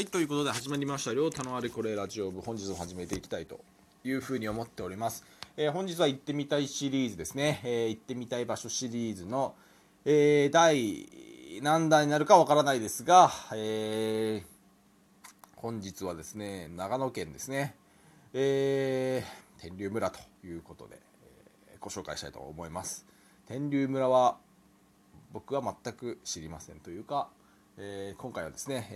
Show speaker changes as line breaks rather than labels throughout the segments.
はい、ということで始まりました両太のあれこれラジオ部、本日も始めていきたいというふうに思っております。本日は行ってみたいシリーズですね、行ってみたい場所シリーズの、第何弾になるかわからないですが、本日はですね長野県ですね、天竜村ということで、ご紹介したいと思います。天竜村は僕は全く知りませんというか、今回はですね、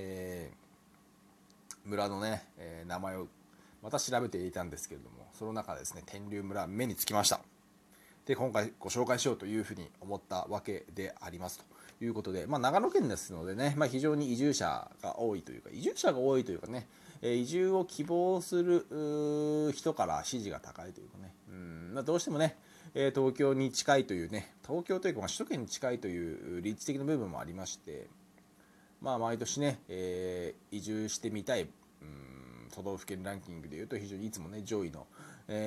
村のね、名前をまた調べていたんですけれども、その中でですね天竜村目につきました。で今回ご紹介しようというふうに思ったわけでありますということで、長野県ですのでね、非常に移住者が多いというかね、移住を希望する人から支持が高いというかね、どうしてもね、東京に近いというね、東京というか首都圏に近いという立地的な部分もありまして、毎年ね、移住してみたい都道府県ランキングでいうと非常にいつもね上位の、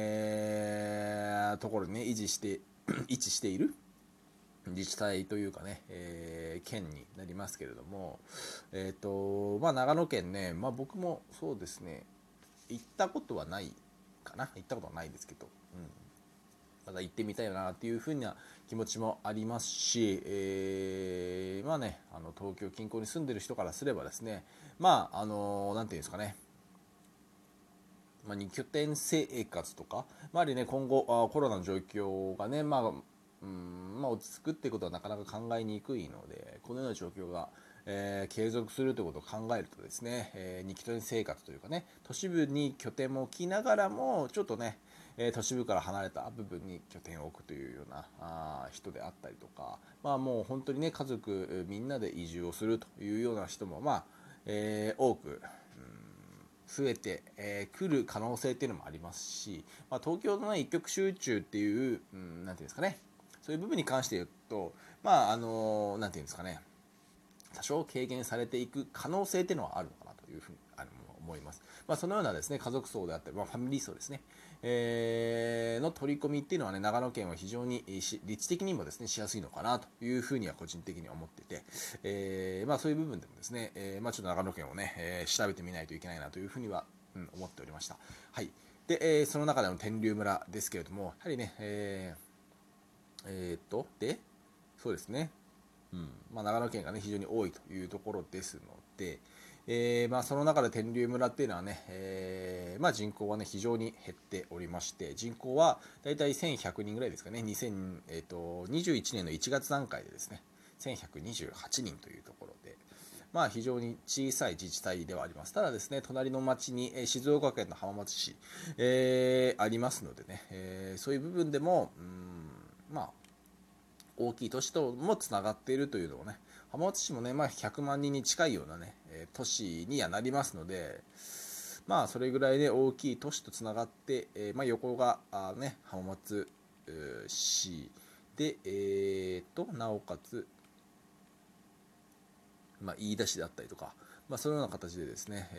ところにね位置している自治体というかね、県になりますけれども、長野県ね、僕もそうですね行ったことはないかな、行ったことはないですけど、ただ行ってみたいなっていうふうな気持ちもありますし、東京近郊に住んでる人からすればですね、なんていうんですかね、2拠点生活とか、やはりね今後コロナの状況がね、落ち着くっていうことはなかなか考えにくいので、このような状況が、継続するということを考えるとですね、2拠点生活というかね、都市部に拠点も置きながらもちょっとね、都市部から離れた部分に拠点を置くというような人であったりとか、もう本当にね家族みんなで移住をするというような人も多く増えてくる可能性っていうのもありますし、東京の、ね、一極集中っていう、なんていうんですかね、そういう部分に関して言うと、なんていうんですかね、多少軽減されていく可能性っていうのはあるのかなというふうに思います。そのようなですね家族層であったり、ファミリー層ですね、の取り込みっていうのはね長野県は非常に立地的にもですねしやすいのかなというふうには個人的に思っていて、そういう部分でもですね、ちょっと長野県をね、調べてみないといけないなというふうには、思っておりました。はい。で、その中での天竜村ですけれども、やはりね、でそうですね、長野県がね非常に多いというところですので、その中で天竜村っていうのはね、人口はね非常に減っておりまして、人口はだいたい1100人ぐらいですかね、2021年の1月段階でですね1128人というところで、非常に小さい自治体ではあります。ただですね、隣の町に静岡県の浜松市、ありますのでね、そういう部分でも大きい都市ともつながっているというのをね、浜松市もね、100万人に近いようなね、都市にはなりますので、それぐらいね、大きい都市とつながって、横がね、浜松市で、なおかつ、飯田市であったりとか、そのような形でですね、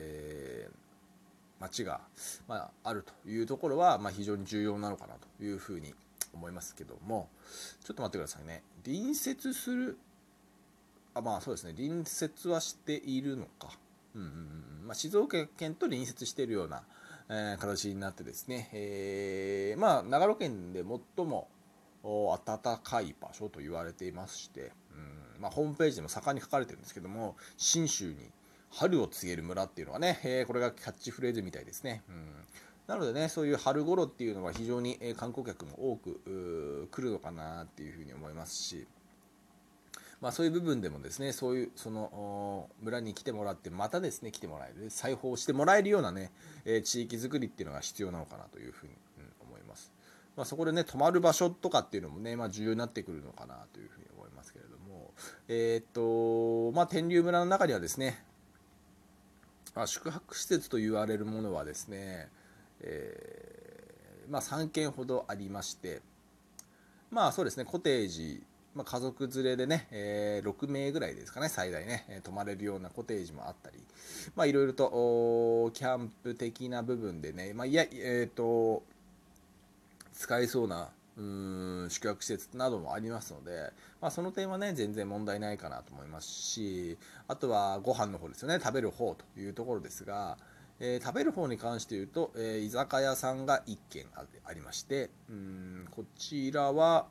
町が、あるというところは、非常に重要なのかなというふうに思いますけども、ちょっと待ってくださいね。隣接する、そうですね、隣接はしているのか。静岡県と隣接しているような、形になってですね、長野県で最も暖かい場所と言われていまして、ホームページでも盛んに書かれてるんですけども、信州に春を告げる村っていうのはね、これがキャッチフレーズみたいですね。なのでね、そういう春頃っていうのは非常に観光客も多く来るのかなっていうふうに思いますし、そういう部分でもですね、そういうその村に来てもらって、またですね来てもらえる、再訪してもらえるようなね、地域づくりっていうのが必要なのかなというふうに、思います。そこでね泊まる場所とかっていうのもね、重要になってくるのかなというふうに思いますけれども、天竜村の中にはですね、宿泊施設と言われるものはですね、3軒ほどありまして、そうですね、コテージ、家族連れでね、6名ぐらいですかね、最大ね、泊まれるようなコテージもあったり、いろいろとキャンプ的な部分でね、使えそうな宿泊施設などもありますので、その点はね全然問題ないかなと思いますし、あとはご飯の方ですよね、食べる方というところですが、食べる方に関して言うと、居酒屋さんが1軒ありまして、こちらは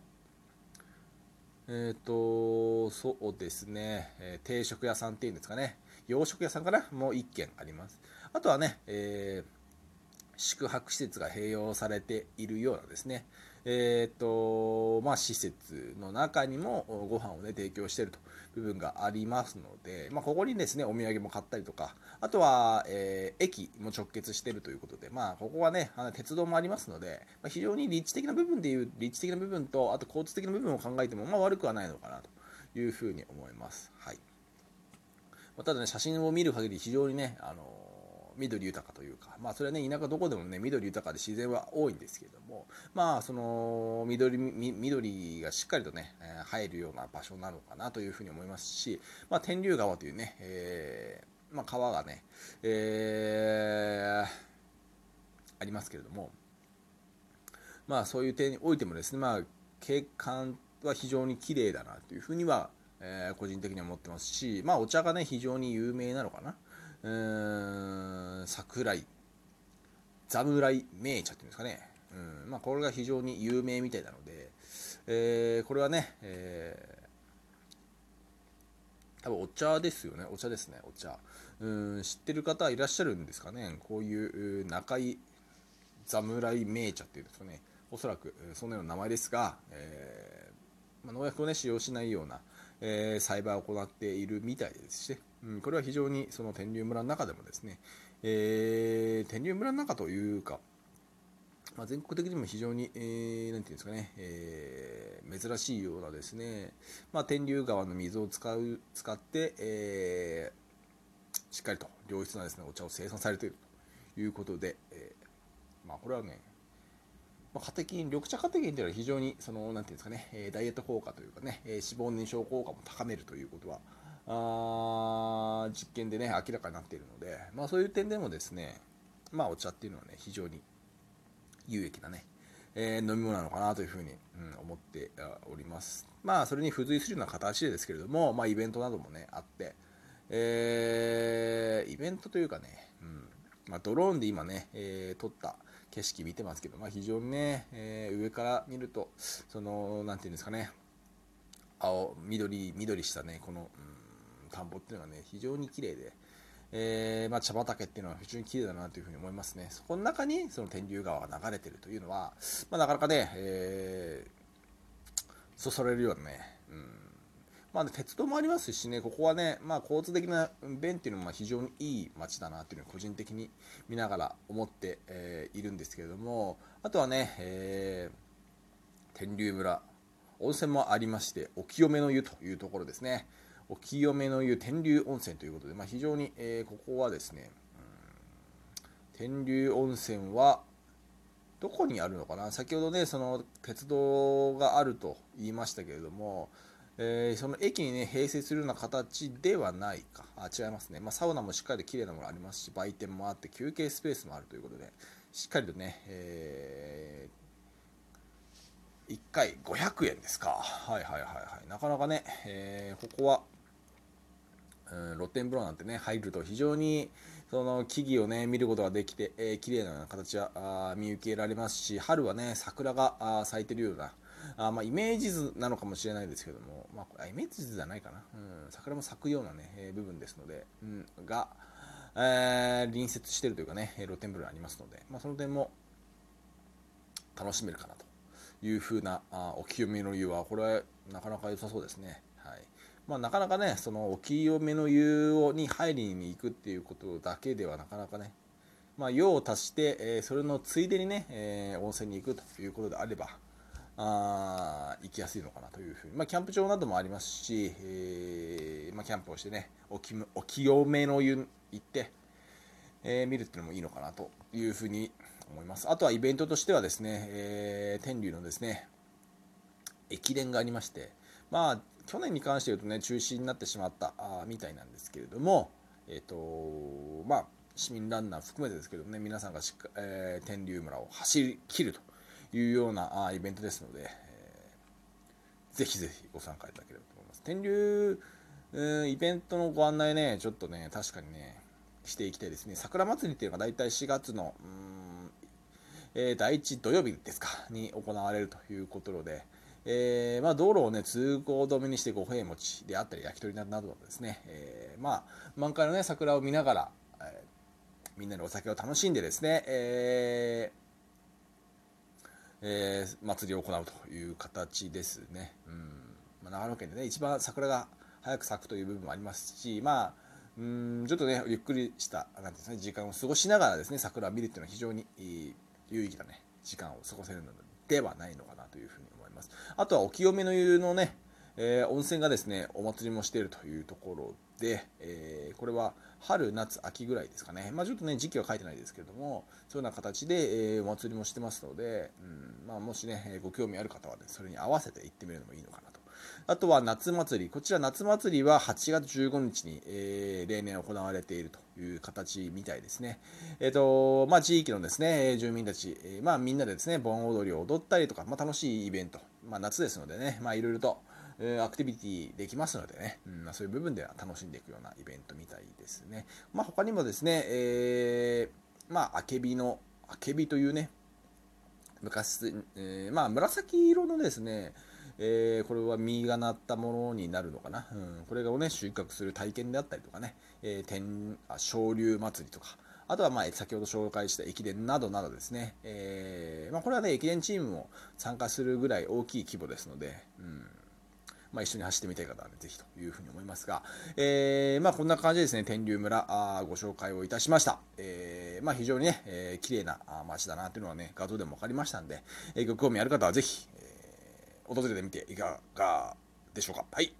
そうですね、定食屋さんっていうんですかね、洋食屋さんかな、もう1軒あります。あとはね、宿泊施設が併用されているようなですね、施設の中にもご飯をね提供しているという部分がありますので、ここにですねお土産も買ったりとか、あとは、駅も直結しているということで、ここはね鉄道もありますので、非常に立地的な部分でいう立地的な部分と、あと交通的な部分を考えても悪くはないのかなというふうに思います。はい。ただね、写真を見る限り非常にね、緑豊かというか、それはね、田舎どこでもね、緑豊かで自然は多いんですけれども、その緑がしっかりとね、生えるような場所なのかなというふうに思いますし、天竜川というね、川がね、ありますけれども、そういう点においてもですね、景観は非常に綺麗だなというふうには、個人的には思ってますし、お茶がね非常に有名なのかな、桜井侍名茶っていうんですかね、これが非常に有名みたいなので、これはね、多分お茶ですよね、お茶ですね、お茶。知ってる方いらっしゃるんですかね、こういう中井侍名茶っていうんですかね、おそらくそのような名前ですが、農薬を、ね、使用しないような、栽培を行っているみたいですし、これは非常にその天竜村の中でもですね、天竜村の中というか、全国的にも非常に、なんていうんですかね、珍しいようなですね、天竜川の水を使って、しっかりと良質なですねお茶を生産されているということで、これはね、カテキン、緑茶カテキンというのは非常にそのなんていうんですかね、ダイエット効果というかね、脂肪燃焼効果も高めるということは実験でね明らかになっているので、そういう点でもですね、お茶っていうのはね非常に有益なね、飲み物なのかなというふうに、思っております。それに付随するような形でですけれども、イベントなどもねあって、イベントというかね、ドローンで今ね、撮った景色見てますけど、非常にね、上から見るとそのなんていうんですかね、緑したねこの、田んぼっていうのがね非常に綺麗で、茶畑っていうのは非常に綺麗だなというふうに思いますね。そこの中にその天竜川が流れているというのは、なかなかね、そそられるようなね、鉄道もありますしね、ここはね、交通的な便っていうのも非常にいい街だなというのを個人的に見ながら思って、いるんですけれども、あとはね、天竜村、温泉もありまして、お清めの湯というところですね。お清めの湯天竜温泉ということで、非常に、ここはですね、天竜温泉はどこにあるのかな、先ほどねその鉄道があると言いましたけれども、その駅にね併設するような形ではないか、違いますね、サウナもしっかり綺麗なものありますし、売店もあって休憩スペースもあるということで、しっかりとね、1回500円ですか、なかなかね、ここは露天風呂なんてね入ると非常にその木々をね見ることができて、綺麗な形は見受けられますし、春はね桜が咲いてるようなイメージ図なのかもしれないですけども、イメージ図じゃないかな、桜も咲くようなね、部分ですので、隣接しているというかね露天風呂ありますので、その点も楽しめるかなという風なお清めの湯はこれはなかなか良さそうですね。はい。なかなかねそのお清めの湯に入りに行くっていうことだけではなかなかね、用を足して、それのついでにね、温泉に行くということであれば行きやすいのかなというふうに、キャンプ場などもありますし、キャンプをしてねお清めの湯行って、見るっていうのもいいのかなというふうに思います。あとはイベントとしてはですね、天竜のですね駅伝がありまして、去年に関して言うとね中止になってしまったみたいなんですけれども、市民ランナー含めてですけどね、皆さんが天竜村を走り切るというようなイベントですので、ぜひぜひご参加いただければと思います。天竜イベントのご案内ね、ちょっとね、確かにね、していきたいですね。桜祭りっていうのが大体4月の第1土曜日ですかに行われるということで、道路をね通行止めにして五平餅であったり焼き鳥などですね、満開のね桜を見ながら、みんなでお酒を楽しんでですね、祭りを行うという形ですね。長野県でね一番桜が早く咲くという部分もありますし、ちょっとねゆっくりしたなんていうんですね、時間を過ごしながらですね桜を見るっていうのは非常に有意義なね時間を過ごせるのではないのかなというふうに思います。あとはお清めの湯のね、温泉がですねお祭りもしているというところで、これは春夏秋ぐらいですかね、ちょっとね時期は書いてないですけれども、そういうような形で、お祭りもしてますので、もしねご興味ある方は、ね、それに合わせて行ってみるのもいいのかなと。あとは夏祭り、こちら夏祭りは8月15日に、例年行われているという形みたいですね。地域のですね住民たち、みんなでですね盆踊りを踊ったりとか、楽しいイベント、夏ですのでね、いろいろとアクティビティできますのでね、そういう部分では楽しんでいくようなイベントみたいですね。他にもですね、あけびというね、昔、紫色のですね、これは実がなったものになるのかな、これをね収穫する体験であったりとかね、昇竜祭りとか、あとは先ほど紹介した駅伝などなどですね、これはね駅伝チームも参加するぐらい大きい規模ですので、一緒に走ってみたい方は、ね、ぜひというふうに思いますが、こんな感じでですね天竜村ご紹介をいたしました。非常にね、綺麗な街だなというのはね画像でも分かりましたんで、ご興味ある方はぜひ、訪れてみていかがでしょうか。はい。